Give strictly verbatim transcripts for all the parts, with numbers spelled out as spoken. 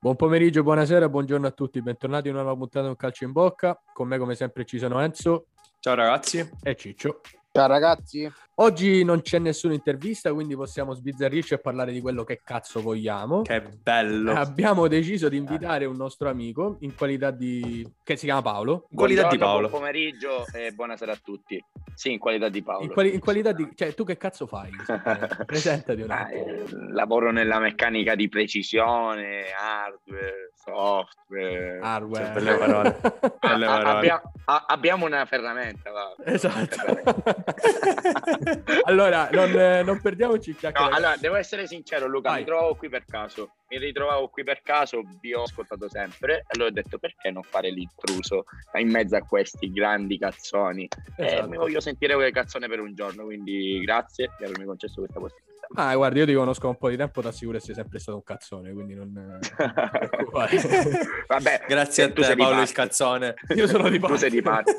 Buon pomeriggio, buonasera, buongiorno a tutti, bentornati in una nuova puntata di Un Calcio in Bocca. Con me come sempre ci sono Enzo. Ciao ragazzi. E Ciccio. Ciao ragazzi. Oggi non c'è nessuna intervista, quindi possiamo sbizzarrirci e parlare di quello che cazzo vogliamo. Che bello. Abbiamo deciso di invitare un nostro amico in qualità di... che si chiama Paolo. In qualità di Paolo. Buon pomeriggio e buonasera a tutti. Sì, in qualità di Paolo. In, quali... in qualità di... Cioè, tu che cazzo fai? Presentati un attimo. Eh, lavoro nella meccanica di precisione, hardware, software. Hardware. Cioè, belle parole. Belle a- parole. abbia- a- abbiamo una ferramenta. Va. Esatto. Allora, non, non perdiamoci il No, chiacchiere. allora, devo essere sincero, Luca, Vai. mi trovavo qui per caso. Mi ritrovavo qui per caso, vi ho ascoltato sempre e allora ho detto perché non fare l'intruso in mezzo a questi grandi cazzoni. Esatto. E mi voglio sentire quelle cazzone per un giorno, quindi grazie di avermi concesso questa possibilità. Ah, guarda, io ti conosco un po' di tempo, ti assicuro che sei sempre stato un cazzone, quindi non, non ti preoccupare. Vabbè, Grazie a tu te sei di Paolo il parte. Scazzone. Io sono di Tu parte. sei di parte.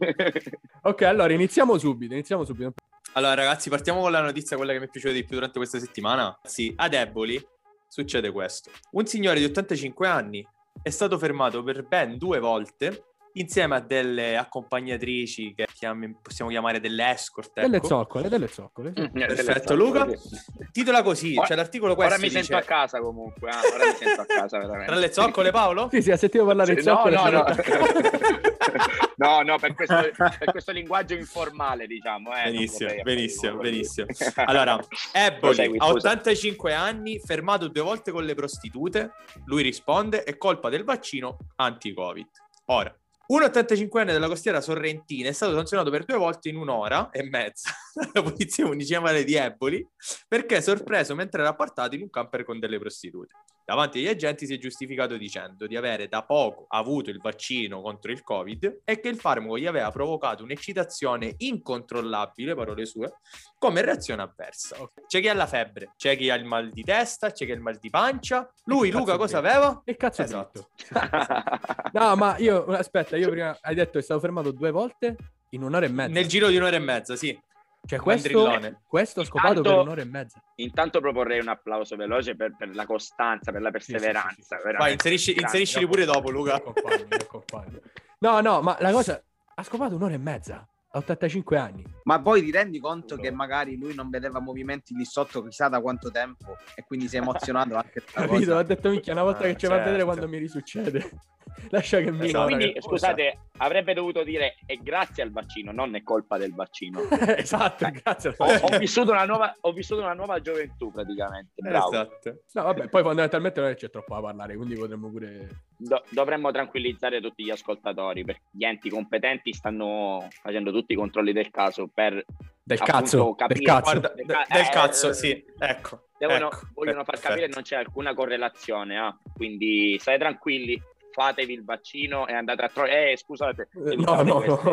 Ok, allora iniziamo subito, iniziamo subito. Allora ragazzi, partiamo con la notizia, quella che mi è piaciuta di più durante questa settimana. Sì, ad Eboli succede questo. Un signore di ottantacinque anni è stato fermato per ben due volte insieme a delle accompagnatrici che chiam- possiamo chiamare delle escort. Delle Ecco. zoccole, delle zoccole. Sì. Perfetto, Luca. Titola così, Ora- c'è l'articolo questo. Ora mi dice, sento a casa comunque, eh. Ora mi sento a casa veramente. Tra le zoccole, Paolo? Sì, sì, ha sentito parlare di Sì, no, zoccole. no, no. sono- No, no, per questo, per questo linguaggio informale, diciamo. Eh, non Benissimo, vorrei- benissimo, benissimo. Allora, Eboli, Prosegui, a scusa. ottantacinque anni, fermato due volte con le prostitute, lui risponde, è colpa del vaccino anti-Covid. Ora, un ottantacinquenne della costiera sorrentina è stato sanzionato per due volte in un'ora e mezza dalla polizia municipale di Eboli perché sorpreso mentre era appartato in un camper con delle prostitute. Davanti agli agenti si è giustificato dicendo di avere da poco avuto il vaccino contro il Covid e che il farmaco gli aveva provocato un'eccitazione incontrollabile, parole sue, come reazione avversa. C'è chi ha la febbre, c'è chi ha il mal di testa, c'è chi ha il mal di pancia. Lui, Cazzo Luca, è cosa dritto. aveva? Il cazzo è Esatto. dritto. No, ma io, aspetta, io prima hai detto che è stato fermato due volte in un'ora e mezza. Nel giro di un'ora e mezza, sì. Cioè questo, Mandrillone. questo ho scopato Intanto- per un'ora e mezza. Intanto proporrei un applauso veloce per, per la costanza, per la perseveranza. Sì, sì, sì, sì. veramente. Vai, inserisci, Grande. inseriscili pure dopo, Luca. Mi accompagno, mi accompagno. No, no, ma la cosa... Ha scopato un'ora e mezza a ottantacinque anni. Ma poi ti rendi conto che magari lui non vedeva movimenti lì sotto chissà da quanto tempo e quindi si è emozionato anche per la Capito? cosa. Ho detto, minchia, una volta Ah, che ci va a vedere certo. quando mi risuccede. Lascia che mi... Esatto. Quindi, ora che- scusate, avrebbe dovuto dire è grazie al vaccino, non è colpa del vaccino. Esatto, grazie. Ho, ho vissuto una nuova, ho vissuto una nuova gioventù praticamente. Bravo. Esatto. No, vabbè, poi fondamentalmente non è che c'è troppo da parlare, quindi potremmo pure... Do- dovremmo tranquillizzare tutti gli ascoltatori perché gli enti competenti stanno facendo tutti i controlli del caso per Del appunto cazzo, capire- del cazzo. Guarda, Del de- ca- del eh, cazzo, eh, sì. Ecco. devono, ecco. vogliono far capire che Perfetto. non c'è alcuna correlazione, ah. Quindi state tranquilli, fatevi il vaccino e andate a trovare eh scusate Eh, no, no, no.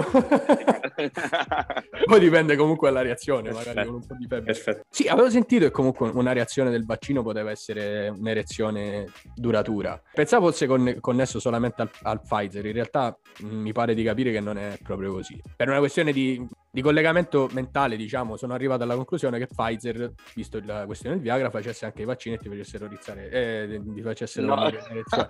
Poi dipende comunque dalla reazione, magari Perfetto. con un po' di febbre. Perfetto. Sì, avevo sentito che comunque una reazione del vaccino poteva essere un'erezione duratura. Pensavo fosse conne- connesso solamente al, al Pfizer, in realtà mh, mi pare di capire che non è proprio così. Per una questione di, di collegamento mentale, diciamo, sono arrivato alla conclusione che Pfizer, visto la questione del Viagra, facesse anche i vaccini e ti facessero rizzare, eh, ti facessero No. venire l'erezione.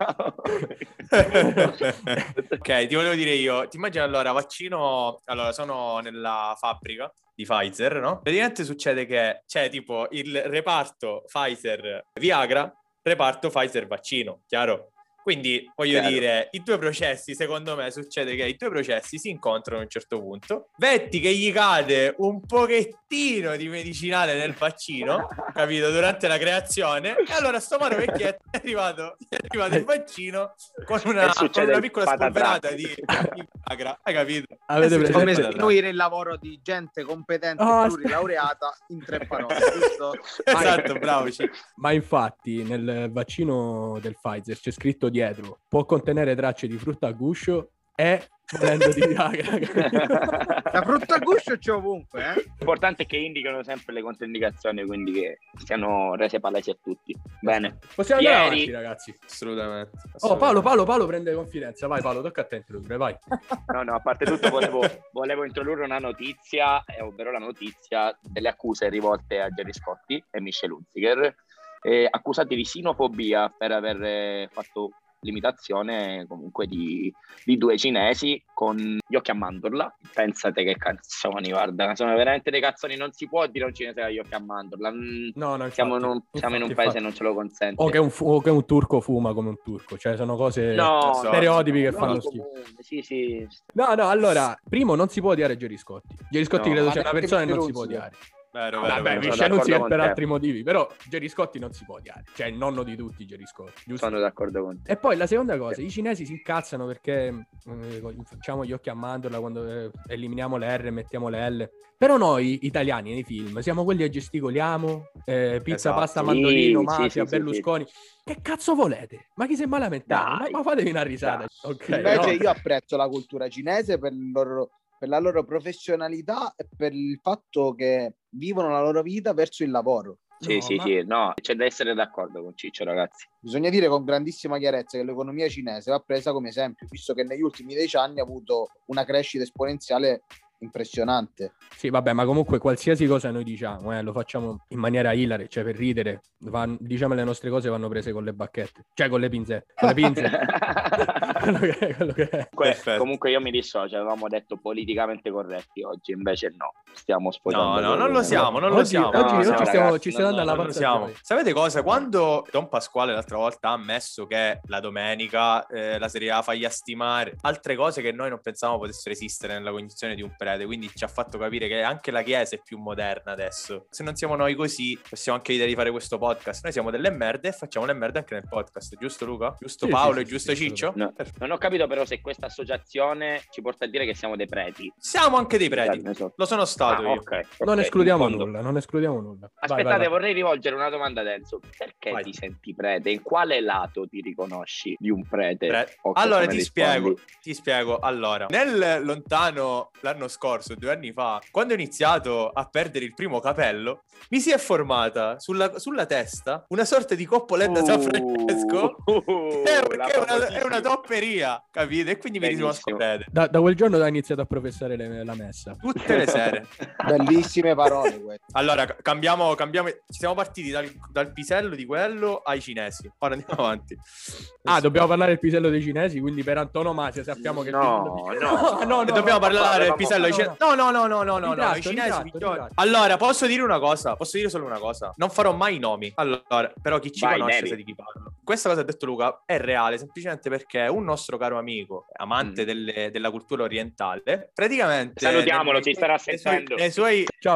Ok, ti volevo dire io, ti immagini allora, vaccino, allora sono nella fabbrica di Pfizer, no? Praticamente succede che c'è tipo il reparto Pfizer Viagra, reparto Pfizer vaccino, chiaro? Quindi voglio Chiaro. dire, i due processi, secondo me succede che i due processi si incontrano a un certo punto, Vetti che gli cade un pochettino di medicinale nel vaccino, capito, durante la creazione, e allora sto mano vecchietto è arrivato, è arrivato il vaccino con una, E succede con una il piccola patatrac. spolverata di, di Viagra, hai capito? Avete Eh, preso- Come succede- sminuire il lavoro di gente competente Oh, e plurilaureata in tre parole, giusto? Esatto, bravo, sì. Ma infatti nel vaccino del Pfizer c'è scritto dietro: può contenere tracce di frutta a guscio e volendo di Viagra. La frutta a guscio c'è ovunque, eh? L'importante è che indicano sempre le controindicazioni, quindi che siano rese palesi a tutti. Bene. Possiamo andare Ieri- avanti, ragazzi. Assolutamente. Oh, assolutamente. Paolo, Paolo, Paolo prende confidenza. Vai, Paolo, tocca a te introdurre, vai. No, no, a parte tutto volevo, volevo introdurre una notizia, eh, ovvero la notizia delle accuse rivolte a Gerry Scotti e Michel Hunziker. eh, accusati di sinofobia per aver eh, fatto l'imitazione comunque di, di due cinesi con gli occhi a mandorla. Pensate che canzoni, guarda, sono veramente dei cazzoni, non si può dire un cinese con gli occhi a mandorla. Mm, No, no, infatti, siamo, in un, siamo in un infatti, paese che infatti. non ce lo consente. O che, un, fu- o che un turco fuma come un turco, cioè sono cose No, stereotipi no, che no, fanno no, schifo. comune, sì, sì. No, no, allora, primo non si può odiare Gerry Scotti. Gerry Scotti No. credo Ma sia una neanche persona che non si Mister può Uzzico. odiare. Vero, Ah, vero, vabbè, vero. sono Michel d'accordo Uzzico con per te. altri motivi, però Gerry Scotti non si può odiare, cioè il nonno di tutti Gerry Scotti, giusto? Sono d'accordo con te. E poi la seconda cosa, i cinesi si incazzano perché eh, facciamo gli occhi a mandorla quando eh, eliminiamo le R e mettiamo le L. Però noi italiani nei film siamo quelli che gesticoliamo, eh, pizza, Esatto. pasta, Sì, mandolino, sì, mafia, sì, sì, Berlusconi. Che cazzo volete? Ma chi si è mai lamentato? Ma, Dai. ma fatevi una risata. Dai. Ok, Invece no? io apprezzo la cultura cinese per il loro per la loro professionalità e per il fatto che vivono la loro vita verso il lavoro. Sì, No, sì, ma- sì, no, c'è da essere d'accordo con Ciccio, ragazzi. Bisogna dire con grandissima chiarezza che l'economia cinese va presa come esempio, visto che negli ultimi dieci anni ha avuto una crescita esponenziale impressionante. Sì, vabbè, ma comunque qualsiasi cosa noi diciamo, eh, lo facciamo in maniera hilare, cioè per ridere. Van- diciamo le nostre cose vanno prese con le bacchette, cioè con le pinzette. Con le pinze. quello che è, quello che è. Que- Perfetto. comunque io mi dissocio, avevamo detto politicamente corretti oggi, invece no, stiamo sposando. No, no, proprio non lo una- siamo, non lo Oggi- siamo. oggi- non lo oggi siamo. stiamo- ragazzi, ci stiamo non- dando alla Non lo pazza siamo. gioia. Sapete cosa? Quando Don Pasquale l'altra volta ha ammesso che la domenica eh, la Serie A fa gli stimare, altre cose che noi non pensavamo potessero esistere nella cognizione di un prete, quindi ci ha fatto capire che anche la Chiesa è più moderna adesso. Se non siamo noi così, possiamo anche evitare di fare questo podcast. Noi siamo delle merde e facciamo le merde anche nel podcast, giusto Luca? Giusto Sì, Paolo sì, e sì, giusto sì, Ciccio? No, Perfetto. non ho capito però se questa associazione ci porta a dire che siamo dei preti. Siamo anche dei preti. Scusate, ne so. Lo sono stato Ah, io. ok, Non ok, escludiamo in fondo. nulla, non escludiamo nulla. Vai, Aspettate, vai, vai. vorrei rivolgere una domanda ad Enzo. Perché Vai. ti senti prete? In quale lato ti riconosci di un prete? Pre- O cosa Allora ne ti rispondi? spiego, ti spiego. Allora, nel lontano l'anno scorso, due anni fa, quando ho iniziato a perdere il primo capello, mi si è formata sulla, sulla testa una sorta di coppoletta San Francesco. Uh, che è, la che è una, è famosissima. una topperia, capite? E quindi mi Benissimo. riconosco prete. Da, da quel giorno ho iniziato a professare le- la messa. Tutte le sere. Bellissime parole queste. Allora, ca- cambiamo, cambiamo. Ci siamo partiti dal, dal pisello di quello ai cinesi. Ora andiamo avanti. Ah, dobbiamo parlare del pisello dei cinesi, quindi per antonomasia sappiamo che... No, il pisello di- no, no, no, E dobbiamo no, parlare del no, pisello ai no, cinesi. No, no, no, no, no, no, no, Ritratto, i cinesi ritratto, migliori. ritratto. Allora, posso dire una cosa? Posso dire solo una cosa? Non farò mai i nomi. Allora, però chi ci Vai, conosce devi. sa di chi parlo. Questa cosa ha detto Luca è reale, semplicemente perché un nostro caro amico, amante Mm. delle- della cultura orientale, praticamente... Salutiamolo, nei- ci starà nei suoi- sentendo. Nei suoi... Ciao.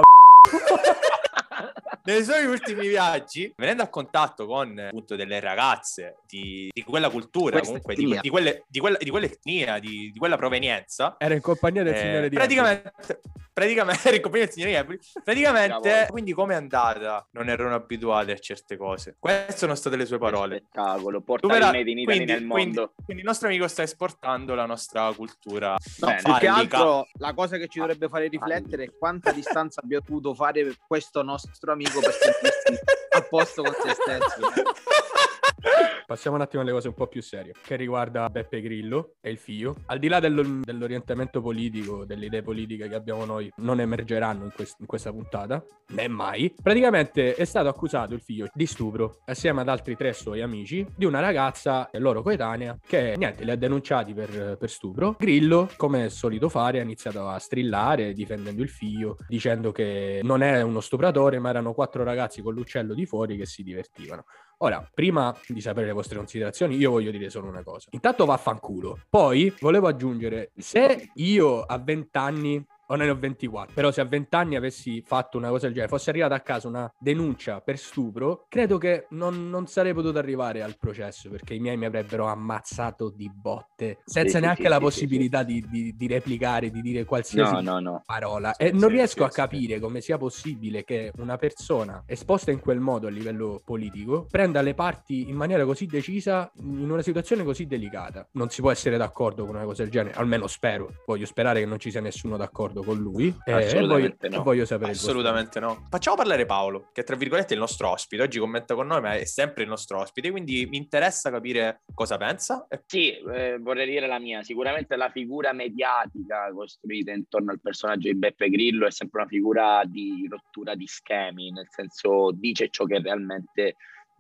Nei suoi ultimi viaggi, venendo a contatto con appunto delle ragazze di, di quella cultura, Questa comunque di, etnia. di, quelle, di, quella, di quell'etnia, di, di quella provenienza, Era in compagnia del eh, signore di praticamente, praticamente era in compagnia del signore Eboli. Praticamente, Bravo. quindi come è andata? Non erano abituate a certe cose. Queste sono state le sue parole. Spettacolo, Tu portare verrà- il Made in Italy quindi, nel quindi- mondo. quindi il nostro amico sta esportando la nostra cultura. No, Bene. più che Vallica. altro la cosa che ci dovrebbe fare riflettere è quanta distanza abbia potuto fare questo nostro amico per sentirsi a posto con se stesso. Passiamo un attimo alle cose un po' più serie, che riguarda Beppe Grillo e il figlio. Al di là dello- dell'orientamento politico, delle idee politiche che abbiamo noi, non emergeranno in, quest- in questa puntata, né mai. Praticamente è stato accusato il figlio di stupro, assieme ad altri tre suoi amici, di una ragazza loro coetanea, che niente, li ha denunciati per, per stupro. Grillo, come è solito fare, ha iniziato a strillare, difendendo il figlio, dicendo che non è uno stupratore, ma erano quattro ragazzi con l'uccello di fuori che si divertivano. Ora, prima di sapere le vostre considerazioni, io voglio dire solo una cosa. Intanto vaffanculo. Poi volevo aggiungere, se io a venti anni, o ne ho ventiquattro, però se a venti anni avessi fatto una cosa del genere, fosse arrivata a casa una denuncia per stupro, credo che non, non sarei potuto arrivare al processo, perché i miei mi avrebbero ammazzato di botte, senza sì, neanche sì, la sì, possibilità Di, di, di replicare, di dire qualsiasi No, no, no. parola. Sì, E non sì, riesco sì, a sì. capire come sia possibile che una persona esposta in quel modo a livello politico prenda le parti in maniera così decisa in una situazione così delicata. Non si può essere d'accordo con una cosa del genere, almeno spero. Voglio sperare che non ci sia nessuno d'accordo con lui. Eh, e voglio, Assolutamente no. e voglio sapere il vostro- Assolutamente no. Facciamo parlare Paolo, che tra virgolette è il nostro ospite. Oggi commenta con noi, ma è sempre il nostro ospite. Quindi mi interessa capire cosa pensa. E- Sì, eh, vorrei dire la mia. Sicuramente la figura mediatica costruita intorno al personaggio di Beppe Grillo è sempre una figura di rottura di schemi, nel senso dice ciò che realmente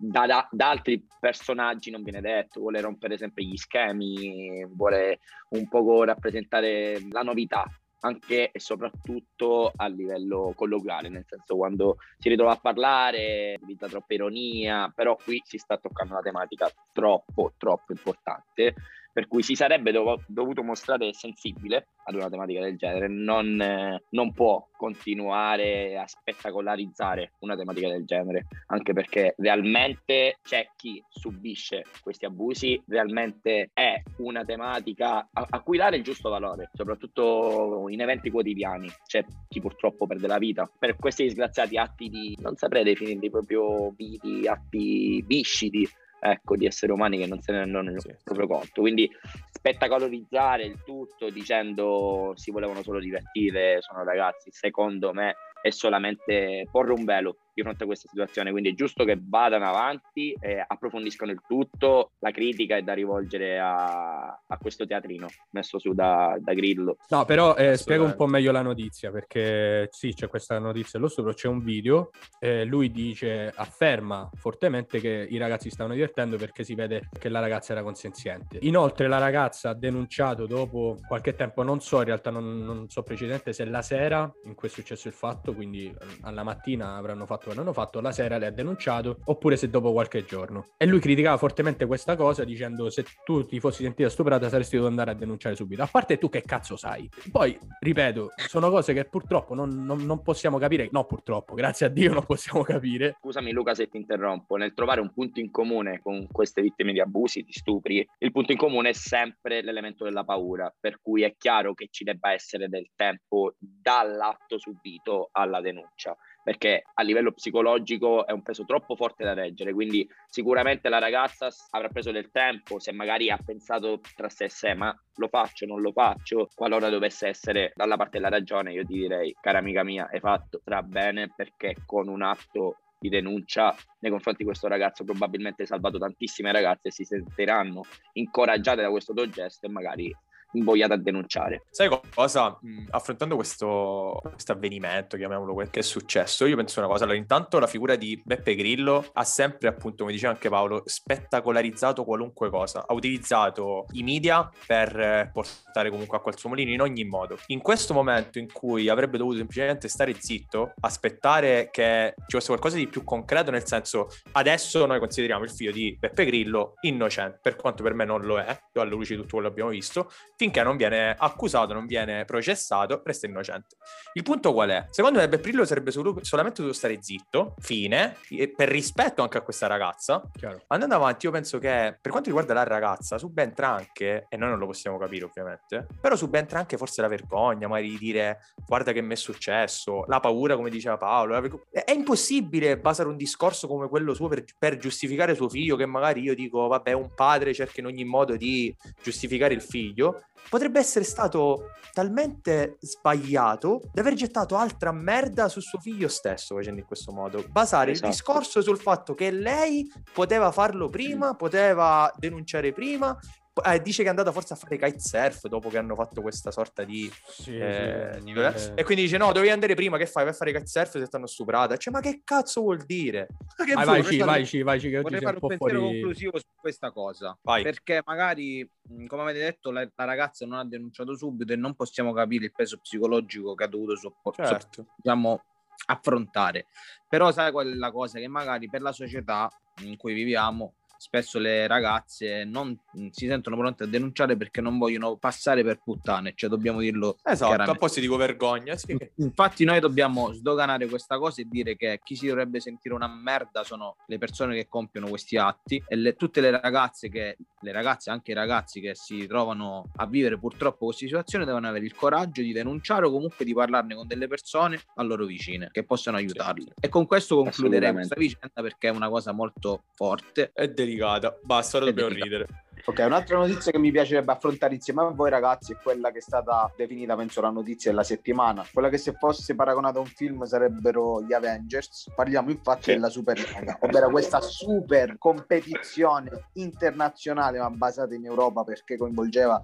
da, da, da altri personaggi non viene detto, vuole rompere sempre gli schemi, vuole un poco rappresentare la novità, anche e soprattutto a livello colloquiale, nel senso quando si ritrova a parlare utilizza troppa ironia, però qui si sta toccando una tematica troppo troppo importante, per cui si sarebbe dov- dovuto mostrare sensibile ad una tematica del genere, non, eh, non può continuare a spettacolarizzare una tematica del genere, anche perché realmente c'è chi subisce questi abusi, realmente è una tematica a, a cui dare il giusto valore, soprattutto in eventi quotidiani. C'è chi purtroppo perde la vita per questi disgraziati atti di, non saprei definirli proprio vili, atti viscidi, ecco, di esseri umani che non se ne rendono sì, proprio conto. Quindi spettacolarizzare il tutto dicendo si volevano solo divertire, sono ragazzi, secondo me è solamente porre un velo di fronte a questa situazione, quindi è giusto che vadano avanti e approfondiscano il tutto. La critica è da rivolgere a, a questo teatrino messo su da, da Grillo. No, però eh, spiego un po' meglio la notizia, perché sì, c'è questa notizia allo stupro, c'è un video, eh, lui dice, afferma fortemente che i ragazzi stavano divertendo perché si vede che la ragazza era consenziente. Inoltre la ragazza ha denunciato dopo qualche tempo, non so in realtà, non, non so precisamente se la sera in cui è successo il fatto, quindi alla mattina avranno fatto che non hanno fatto, la sera le ha denunciato, oppure se dopo qualche giorno. E lui criticava fortemente questa cosa dicendo se tu ti fossi sentita stuprata saresti dovuto andare a denunciare subito. A parte tu che cazzo sai? Poi, ripeto, sono cose che purtroppo non, non, non possiamo capire, no purtroppo, grazie a Dio non possiamo capire. Scusami Luca se ti interrompo, nel trovare un punto in comune con queste vittime di abusi, di stupri, il punto in comune è sempre l'elemento della paura, per cui è chiaro che ci debba essere del tempo dall'atto subito alla denuncia, perché a livello psicologico è un peso troppo forte da reggere, quindi sicuramente la ragazza avrà preso del tempo, se magari ha pensato tra sé e sé, ma lo faccio, non lo faccio, qualora dovesse essere dalla parte della ragione, io ti direi, cara amica mia, hai fatto tra bene, perché con un atto di denuncia nei confronti di questo ragazzo probabilmente hai salvato tantissime ragazze e si sentiranno incoraggiate da questo tuo gesto e magari invogliata a denunciare. Sai cosa? Mh, affrontando questo avvenimento, chiamiamolo quel che è successo, io penso una cosa. Allora, intanto la figura di Beppe Grillo ha sempre, appunto, come diceva anche Paolo, spettacolarizzato qualunque cosa. Ha utilizzato i media per eh, portare comunque acqua al suo mulino in ogni modo. In questo momento in cui avrebbe dovuto semplicemente stare zitto, aspettare che ci fosse qualcosa di più concreto, nel senso, adesso noi consideriamo il figlio di Beppe Grillo innocente, per quanto per me non lo è, io alla luce di tutto quello che abbiamo visto, finché non viene accusato, non viene processato, resta innocente. Il punto qual è? Secondo me Beppe Grillo sarebbe solo, solamente dovuto stare zitto, fine, per rispetto anche a questa ragazza. Chiaro. Andando avanti, io penso che per quanto riguarda la ragazza, subentra anche, e noi non lo possiamo capire ovviamente, però subentra anche forse la vergogna, magari di dire guarda che mi è successo, la paura come diceva Paolo. È impossibile basare un discorso come quello suo per, per giustificare suo figlio, che magari io dico vabbè, un padre cerca in ogni modo di giustificare il figlio. Potrebbe essere stato talmente sbagliato da aver gettato altra merda su suo figlio stesso facendo in questo modo. Basare esatto. il discorso sul fatto che lei poteva farlo prima, mm. poteva denunciare prima. Eh, dice che è andata forse a fare kitesurf dopo che hanno fatto questa sorta di, sì, eh, sì, di eh. e quindi dice no, dovevi andare prima, che fai? Vai a fare kitesurf se ti hanno stuprata. Cioè, ma che cazzo vuol dire? Ma che vai, vai, ci, vai, ci, vai, ci, che vorrei fare un, un pensiero fuori... conclusivo su questa cosa. Vai. Perché magari, come avete detto, la, la ragazza non ha denunciato subito e non possiamo capire il peso psicologico che ha dovuto sopportare, certo. diciamo, affrontare. Però sai qual è la cosa? Che magari per la società in cui viviamo spesso le ragazze non si sentono pronte a denunciare perché non vogliono passare per puttane, cioè dobbiamo dirlo esatto, a po' si dico vergogna, sì. Infatti noi dobbiamo sdoganare questa cosa e dire che chi si dovrebbe sentire una merda sono le persone che compiono questi atti e le, tutte le ragazze che le ragazze, anche i ragazzi che si trovano a vivere purtroppo questa situazione devono avere il coraggio di denunciare o comunque di parlarne con delle persone a loro vicine che possono aiutarli. Sì, sì. E con questo concluderei questa vicenda perché è una cosa molto forte e delicata. Basta, ora dobbiamo ridere. Ok, un'altra notizia che mi piacerebbe affrontare insieme a voi ragazzi è quella che è stata definita, penso, la notizia della settimana, quella che se fosse paragonata a un film sarebbero gli Avengers. Parliamo infatti sì. della Superlega, ovvero questa super competizione internazionale ma basata in Europa perché coinvolgeva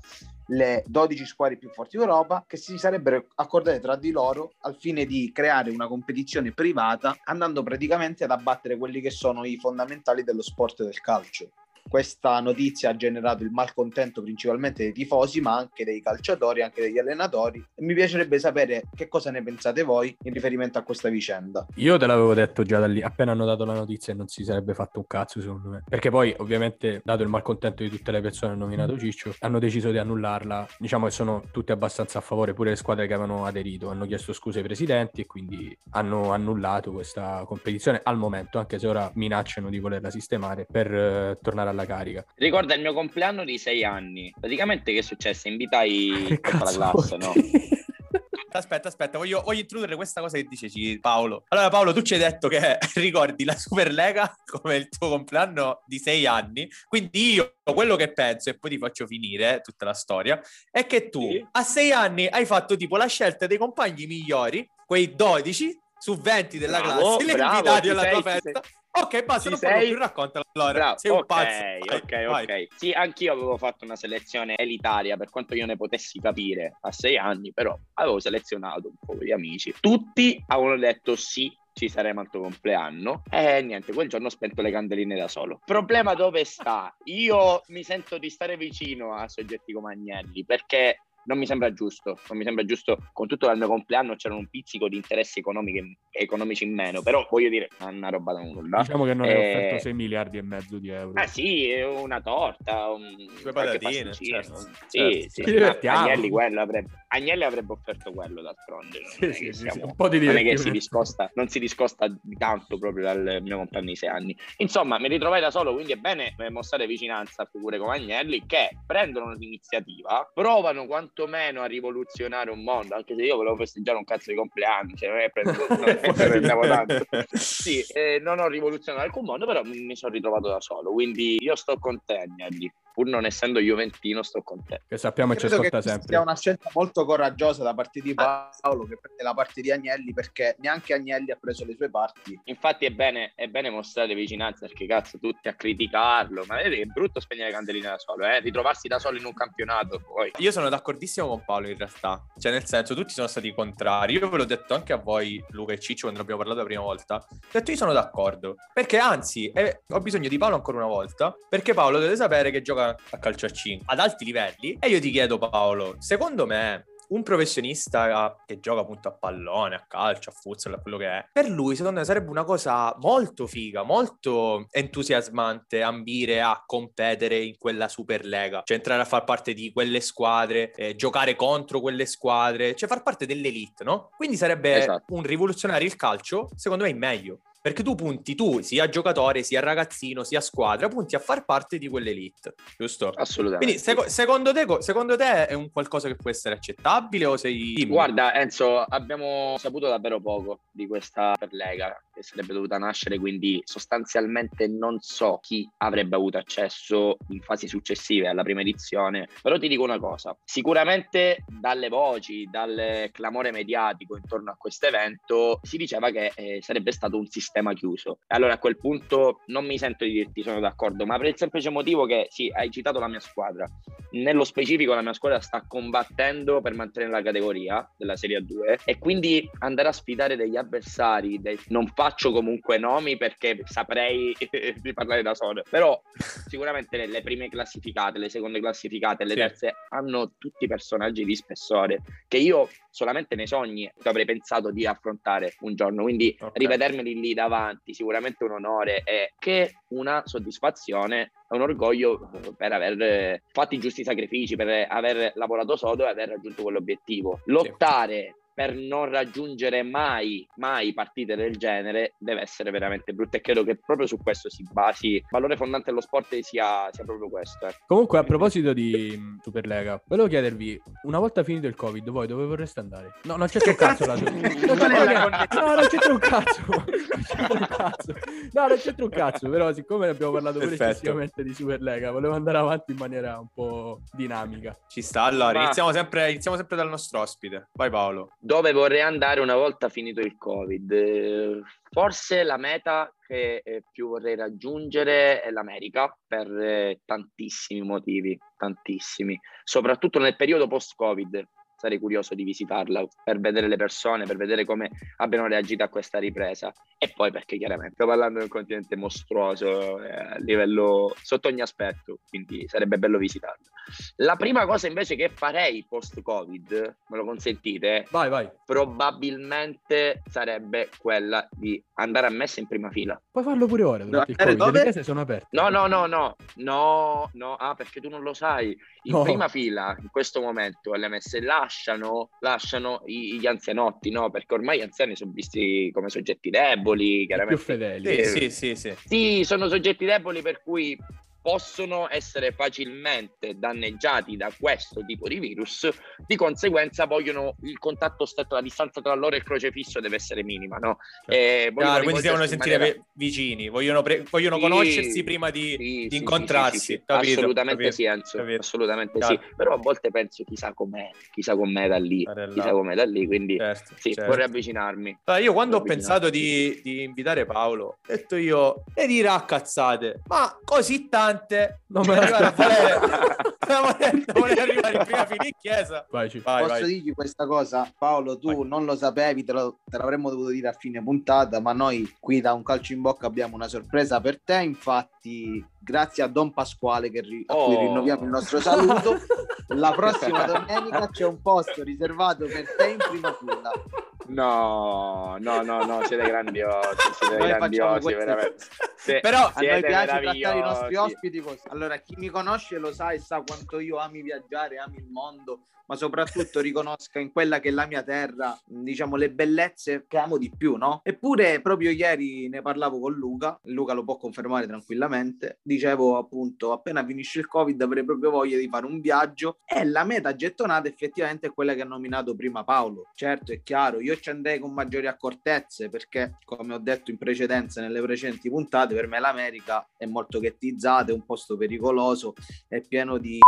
le dodici squadre più forti d'Europa, che si sarebbero accordate tra di loro al fine di creare una competizione privata, andando praticamente ad abbattere quelli che sono i fondamentali dello sport del calcio. Questa notizia ha generato il malcontento principalmente dei tifosi, ma anche dei calciatori, anche degli allenatori. E mi piacerebbe sapere che cosa ne pensate voi in riferimento a questa vicenda. Io te l'avevo detto già da lì, appena hanno dato la notizia, e non si sarebbe fatto un cazzo secondo me. Perché poi, ovviamente, dato il malcontento di tutte le persone che hanno nominato Ciccio, hanno deciso di annullarla. Diciamo che sono tutti abbastanza a favore, pure le squadre che avevano aderito. Hanno chiesto scuse ai presidenti e quindi hanno annullato questa competizione al momento, anche se ora minacciano di volerla sistemare per eh, tornare alla carica. Ricorda il mio compleanno di sei anni. Praticamente che è successo? Invitai tutta la classe, no? Aspetta, aspetta, voglio, voglio introdurre questa cosa che dice Paolo. Allora Paolo, tu ci hai detto che ricordi la Superlega come il tuo compleanno di sei anni, quindi io quello che penso, e poi ti faccio finire tutta la storia, è che tu sì. a sei anni hai fatto tipo la scelta dei compagni migliori, quei dodici su venti della bravo, classe, li bravo, invitati alla sei, tua festa. Sei. Ok, basta, Ci non sei? parlo più, raccontala allora. Bravo. Sei un ok, pazzo. Vai, ok, vai. ok. Sì, anch'io avevo fatto una selezione elitaria, per quanto io ne potessi capire a sei anni, però avevo selezionato un po' di amici. Tutti avevano detto sì, ci saremo al tuo compleanno, e niente, quel giorno ho spento le candeline da solo. Il problema dove sta? Io mi sento di stare vicino a soggetti come Agnelli, perché non mi sembra giusto, non mi sembra giusto, con tutto il mio compleanno c'era un pizzico di interessi economici, economici in meno, però voglio dire, una roba da nulla. Diciamo che non eh, hai offerto sei miliardi e mezzo di euro. Ah sì, una torta, un, due patatine, certo. Sì, certo. sì, Agnelli, quello avrebbe, Agnelli avrebbe offerto quello d'altronde. Sì, sì, sì, siamo, un po' di non è che si discosta, non si discosta tanto proprio dal mio compleanno di sei anni. Insomma, mi ritrovai da solo, quindi è bene mostrare vicinanza a figure come Agnelli che prendono l'iniziativa, provano quanto meno a rivoluzionare un mondo, anche se io volevo festeggiare un cazzo di compleanno, cioè non è prendo, non è prendevo tanto. Sì, eh, non ho rivoluzionato alcun mondo, però mi sono ritrovato da solo, quindi io sto con te, Agnelli. Pur non essendo juventino, sto con te. Che sappiamo che ci ascolta sempre. È una scelta molto coraggiosa da parte di Paolo, che prende la parte di Agnelli, perché neanche Agnelli ha preso le sue parti. Infatti è bene, è bene mostrare vicinanza, perché cazzo tutti a criticarlo, ma vedete che è brutto spegnere le candeline da solo, eh? Ritrovarsi da solo in un campionato poi. Io sono d'accordissimo con Paolo in realtà, cioè nel senso tutti sono stati contrari. Io ve l'ho detto anche a voi, Luca e Ciccio, quando abbiamo parlato la prima volta, ho detto io sono d'accordo, perché anzi eh, ho bisogno di Paolo ancora una volta, perché Paolo deve sapere che gioca a calcio a cinque ad alti livelli, e io ti chiedo Paolo, secondo me un professionista che gioca appunto a pallone, a calcio, a futsal, a quello che è, per lui secondo me sarebbe una cosa molto figa, molto entusiasmante ambire a competere in quella Superlega, cioè entrare a far parte di quelle squadre, eh, giocare contro quelle squadre, cioè far parte dell'elite, no? Quindi sarebbe esatto. un rivoluzionare il calcio, secondo me in meglio. Perché tu punti, tu sia giocatore, sia ragazzino, sia squadra, punti a far parte di quell'elite, giusto? Assolutamente. Quindi seco- secondo te, secondo te è un qualcosa che può essere accettabile o sei timido? Guarda Enzo, abbiamo saputo davvero poco di questa Superlega che sarebbe dovuta nascere, quindi sostanzialmente non so chi avrebbe avuto accesso in fasi successive alla prima edizione, però ti dico una cosa, sicuramente dalle voci, dal clamore mediatico intorno a questo evento si diceva che eh, sarebbe stato un sistema sistema chiuso. Allora a quel punto non mi sento di dirti sono d'accordo, ma per il semplice motivo che sì, hai citato la mia squadra, nello specifico la mia squadra sta combattendo per mantenere la categoria della Serie A due, e quindi andare a sfidare degli avversari dei... non faccio comunque nomi perché saprei di parlare da solo, però sicuramente le, le prime classificate, le seconde classificate, le sì. terze hanno tutti personaggi di spessore che io solamente nei sogni avrei pensato di affrontare un giorno, quindi okay. rivedermeli lì davanti sicuramente un onore e che una soddisfazione, un orgoglio per aver fatto i giusti sacrifici, per aver lavorato sodo e aver raggiunto quell'obiettivo. Lottare sì. per non raggiungere mai, mai partite del genere deve essere veramente brutto, e credo che proprio su questo si basi, il valore fondante dello sport sia, sia proprio questo. Eh. Comunque a proposito di Superlega, volevo chiedervi, una volta finito il Covid, voi dove vorreste andare? No, non c'è un cazzo là. No, non c'entra un cazzo. un cazzo. No, non c'entra un cazzo, però siccome ne abbiamo parlato pure eccessivamente di Superlega, volevo andare avanti in maniera un po' dinamica. Ci sta, allora, Ma... iniziamo sempre, iniziamo sempre dal nostro ospite. Vai Paolo. dove vorrei andare una volta finito il Covid. Forse la meta che più vorrei raggiungere è l'America, per eh, tantissimi motivi, tantissimi, soprattutto nel periodo post-Covid. Sarei curioso di visitarla per vedere le persone, per vedere come abbiano reagito a questa ripresa. E poi perché chiaramente sto parlando di un continente mostruoso eh, a livello, sotto ogni aspetto, quindi sarebbe bello visitarlo. La prima cosa invece che farei post-Covid, me lo consentite? Vai, vai. Probabilmente sarebbe quella di andare a messa in prima fila. Puoi farlo pure ora, durante no, il Covid, dove? le chiese sono aperte. No, no, no, no, no, no, ah, perché tu non lo sai. In No. prima fila, in questo momento, alle messe lasciano, lasciano i- gli anzianotti, no? Perché ormai gli anziani sono visti come soggetti deboli, I chiaramente. più fedeli. Sì, sì, sì, sì. Sì, sono soggetti deboli per cui possono essere facilmente danneggiati da questo tipo di virus, di conseguenza vogliono il contatto stretto, la distanza tra loro e il crocefisso deve essere minima, no? E vogliono Chiaro, quindi si devono rivolgersi in sentire maniera- ve- vicini, vogliono, pre- vogliono Sì, conoscersi prima di, sì, di sì, incontrarsi. sì, sì, sì. Capito, Assolutamente capito, sì, Enzo, capito. assolutamente Chiaro. sì. Però a volte penso chissà com'è, chissà com'è da lì, Stare là. chissà com'è da lì, quindi Certo, sì, certo. vorrei avvicinarmi. Allora, io quando ho Vorrei pensato avvicinarmi. di, di invitare Paolo, ho detto io, e dirà cazzate, ma così tante Non me la arrivare a aspettavo. volere, volere arrivare in prima fila in chiesa. Vai, ci- Vai, Posso vai. dirgli questa cosa? Paolo, tu Vai. non lo sapevi, te, lo- te l'avremmo dovuto dire a fine puntata, ma noi qui da Un Calcio in Bocca abbiamo una sorpresa per te. Infatti, grazie a Don Pasquale, che ri- a cui Oh. rinnoviamo il nostro saluto, la prossima domenica c'è un posto riservato per te in prima fila. No, no, no, no, siete grandiosi, siete Noi facciamo grandiosi, questo- veramente. Se- Però A noi siete piace trattare i nostri meravigliosi. ospiti così. Allora, chi mi conosce lo sa e sa quanto io ami viaggiare, ami il mondo, ma soprattutto riconosca in quella che è la mia terra, diciamo, le bellezze che amo di più, no? Eppure proprio ieri ne parlavo con Luca, Luca lo può confermare tranquillamente, dicevo appunto appena finisce il Covid avrei proprio voglia di fare un viaggio e la meta gettonata effettivamente è quella che ha nominato prima Paolo. Certo, è chiaro, io ci andrei con maggiori accortezze perché, come ho detto in precedenza nelle precedenti puntate, per me l'America è molto ghettizzata, è un posto pericoloso, è pieno di...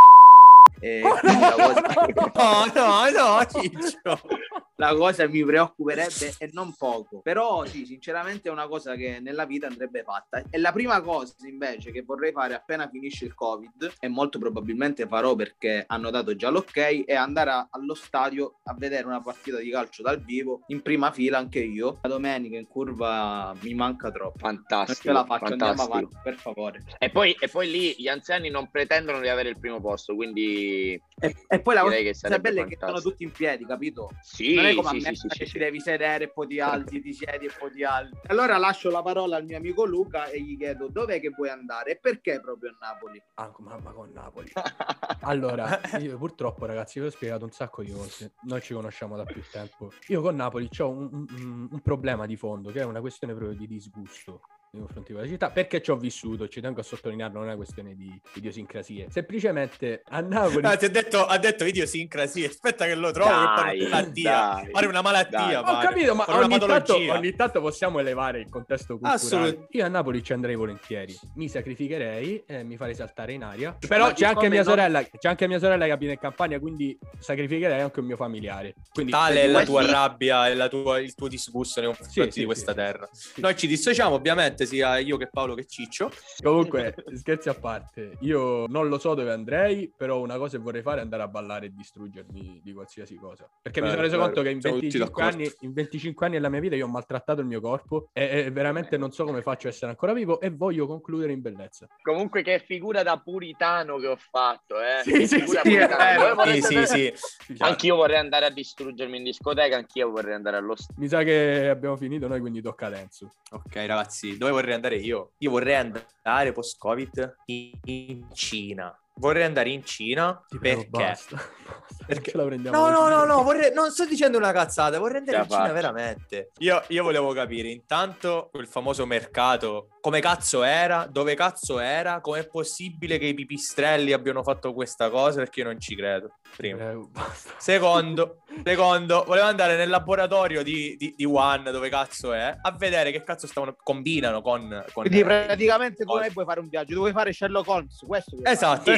E quindi la cosa... No, no, no, Ciccio. La cosa mi preoccuperebbe e non poco, però sì, sinceramente è una cosa che nella vita andrebbe fatta. E la prima cosa invece che vorrei fare appena finisce il Covid, e molto probabilmente farò perché hanno dato già l'ok, è andare a- allo stadio a vedere una partita di calcio dal vivo, in prima fila anche io. La domenica in curva mi manca troppo. Fantastico, Non ce la faccio, andiamo fantastico. avanti, per favore. E poi, e poi lì gli anziani non pretendono di avere il primo posto, quindi E, e poi la direi cosa che sarebbe bella è che sono fantastico. tutti in piedi, capito? Sì, Non è come sì, a me sì, sì, che sì, ci devi sedere e poi ti alzi, ti siedi e poi ti alzi. Allora lascio la parola al mio amico Luca e gli chiedo dov'è che vuoi andare e perché proprio a Napoli. Ah, mamma con Napoli. Allora, io purtroppo ragazzi vi ho spiegato un sacco di volte, noi ci conosciamo da più tempo. Io con Napoli ho un, un- un problema di fondo che è una questione proprio di disgusto nei confronti di quella città, perché ci ho vissuto, ci tengo a sottolinearlo, non è una questione di idiosincrasie. Semplicemente a Napoli... Ah, ti ho detto, ha detto idiosincrasia. Aspetta che lo trovo. che pare Dai, una malattia. dai, Pare una malattia. dai. Ho pare. capito, ma Pare una ogni tanto, patologia. ogni tanto possiamo elevare il contesto culturale. Assolut- Io a Napoli ci andrei volentieri, mi sacrificherei e mi farei saltare in aria. Però Ma c'è anche siccome mia non- sorella, c'è anche mia sorella che abita in Campania, quindi sacrificherei anche un mio familiare. Quindi Tale è per la due- tua sì. rabbia e la tua- il tuo disgusto nei confronti Sì, sì, di questa sì. terra. Sì. Noi ci dissociamo, ovviamente, sia io che Paolo che Ciccio. Comunque, scherzi a parte, io non lo so dove andrei, però una cosa che vorrei fare è andare a ballare e distruggermi di qualsiasi cosa. Perché mi Bello, sono reso bello. conto che in Siamo tutti venticinque, d'accordo. anni, in venticinque anni della mia vita io ho maltrattato il mio corpo e, e veramente non so come faccio a essere ancora vivo e voglio concludere in bellezza. Comunque che figura da puritano che ho fatto, eh? Sì, Che sì, figura sì, puritana. è vero. Voi Sì, volete- sì, sì. Anch'io vorrei andare a distruggermi in discoteca, anch'io vorrei andare allo stadio. Mi sa che abbiamo finito noi, quindi tocca ad Enzo. Ok, ragazzi, dove vorrei andare io? Io vorrei andare post-Covid in, in Cina. Vorrei andare in Cina Ti prego, perché? basta. Basta, Perché- ce la prendiamo No, no, così. no, no, vorrei... non sto dicendo una cazzata, vorrei andare Ce in la Cina faccio. veramente. Io, io volevo capire, intanto, quel famoso mercato, come cazzo era, dove cazzo era, com'è possibile che i pipistrelli abbiano fatto questa cosa, perché io non ci credo. Ti Primo. prego, basta. Secondo, secondo, volevo andare nel laboratorio di, di, di Wuhan, dove cazzo è, a vedere che cazzo stavano, combinano con... con Quindi eh, praticamente tu cose. non vuoi fare un viaggio, tu vuoi fare Sherlock Holmes, questo vuoi Esatto, Sì,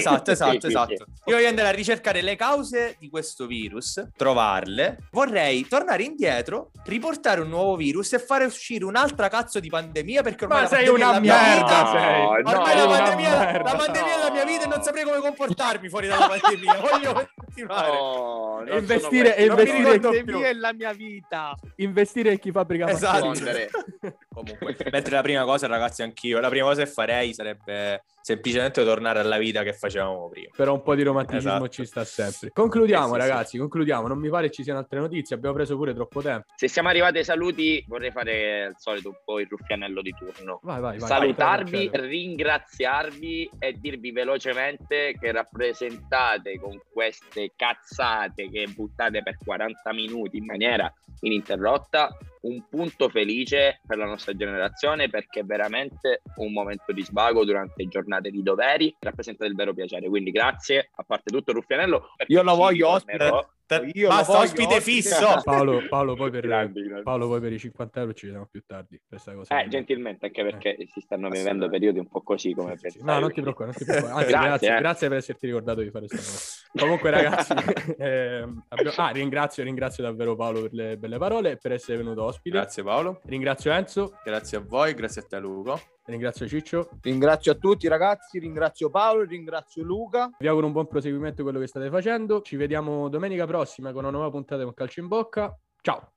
Esatto, esatto, esatto. Io voglio andare a ricercare le cause di questo virus, trovarle. Vorrei tornare indietro, riportare un nuovo virus e fare uscire un'altra cazzo di pandemia, perché ormai Ma la sei pandemia una è la mia merda, vita. sei. Ormai No, la, una pandemia, merda. la pandemia è la mia vita e non saprei come comportarmi fuori dalla pandemia. Voglio continuare. No, non investire sono e Non mi investire, ricordo in- più. è la mia vita. investire in chi fabbrica Esatto. mascherine. Comunque, mentre la prima cosa, ragazzi, anch'io, la prima cosa che farei sarebbe semplicemente tornare alla vita che facevamo prima. Però un po' di romanticismo Esatto. ci sta sempre. Concludiamo, Sì, sì, ragazzi, sì. concludiamo. Non mi pare ci siano altre notizie, abbiamo preso pure troppo tempo. Se siamo arrivati ai saluti, vorrei fare al solito un po' il ruffianello di turno. Vai, vai, vai. Salutarvi, vai, vai. ringraziarvi e dirvi velocemente che rappresentate con queste cazzate che buttate per quaranta minuti in maniera ininterrotta un punto felice per la nostra generazione, perché è veramente un momento di svago durante giornate di doveri, rappresenta il vero piacere, quindi grazie, a parte tutto Ruffianello. Io lo ci voglio tornerò. ospite. Io Basta, lo voglio ospite fisso. Paolo, Paolo, poi per, Grandi, grandi. Paolo, poi per i cinquanta euro ci vediamo più tardi per questa cosa. Eh, gentilmente, anche perché Eh. si stanno vivendo periodi un po' così come Sì, sì, sì. pensavo. No, non ti preoccupare, non ti preoccupare. Anzi, Grazie, grazie, eh. grazie per esserti ricordato di fare questa cosa. Comunque, ragazzi, ehm, abbiamo- ah, ringrazio, ringrazio davvero Paolo per le belle parole e per essere venuto ospite. Grazie Paolo, Ringrazio Enzo, grazie a voi, grazie a te Luca. ringrazio Ciccio. Ringrazio a tutti ragazzi, ringrazio Paolo, ringrazio Luca. Vi auguro un buon proseguimento di quello che state facendo. Ci vediamo domenica prossima con una nuova puntata con Calcio in Bocca. Ciao!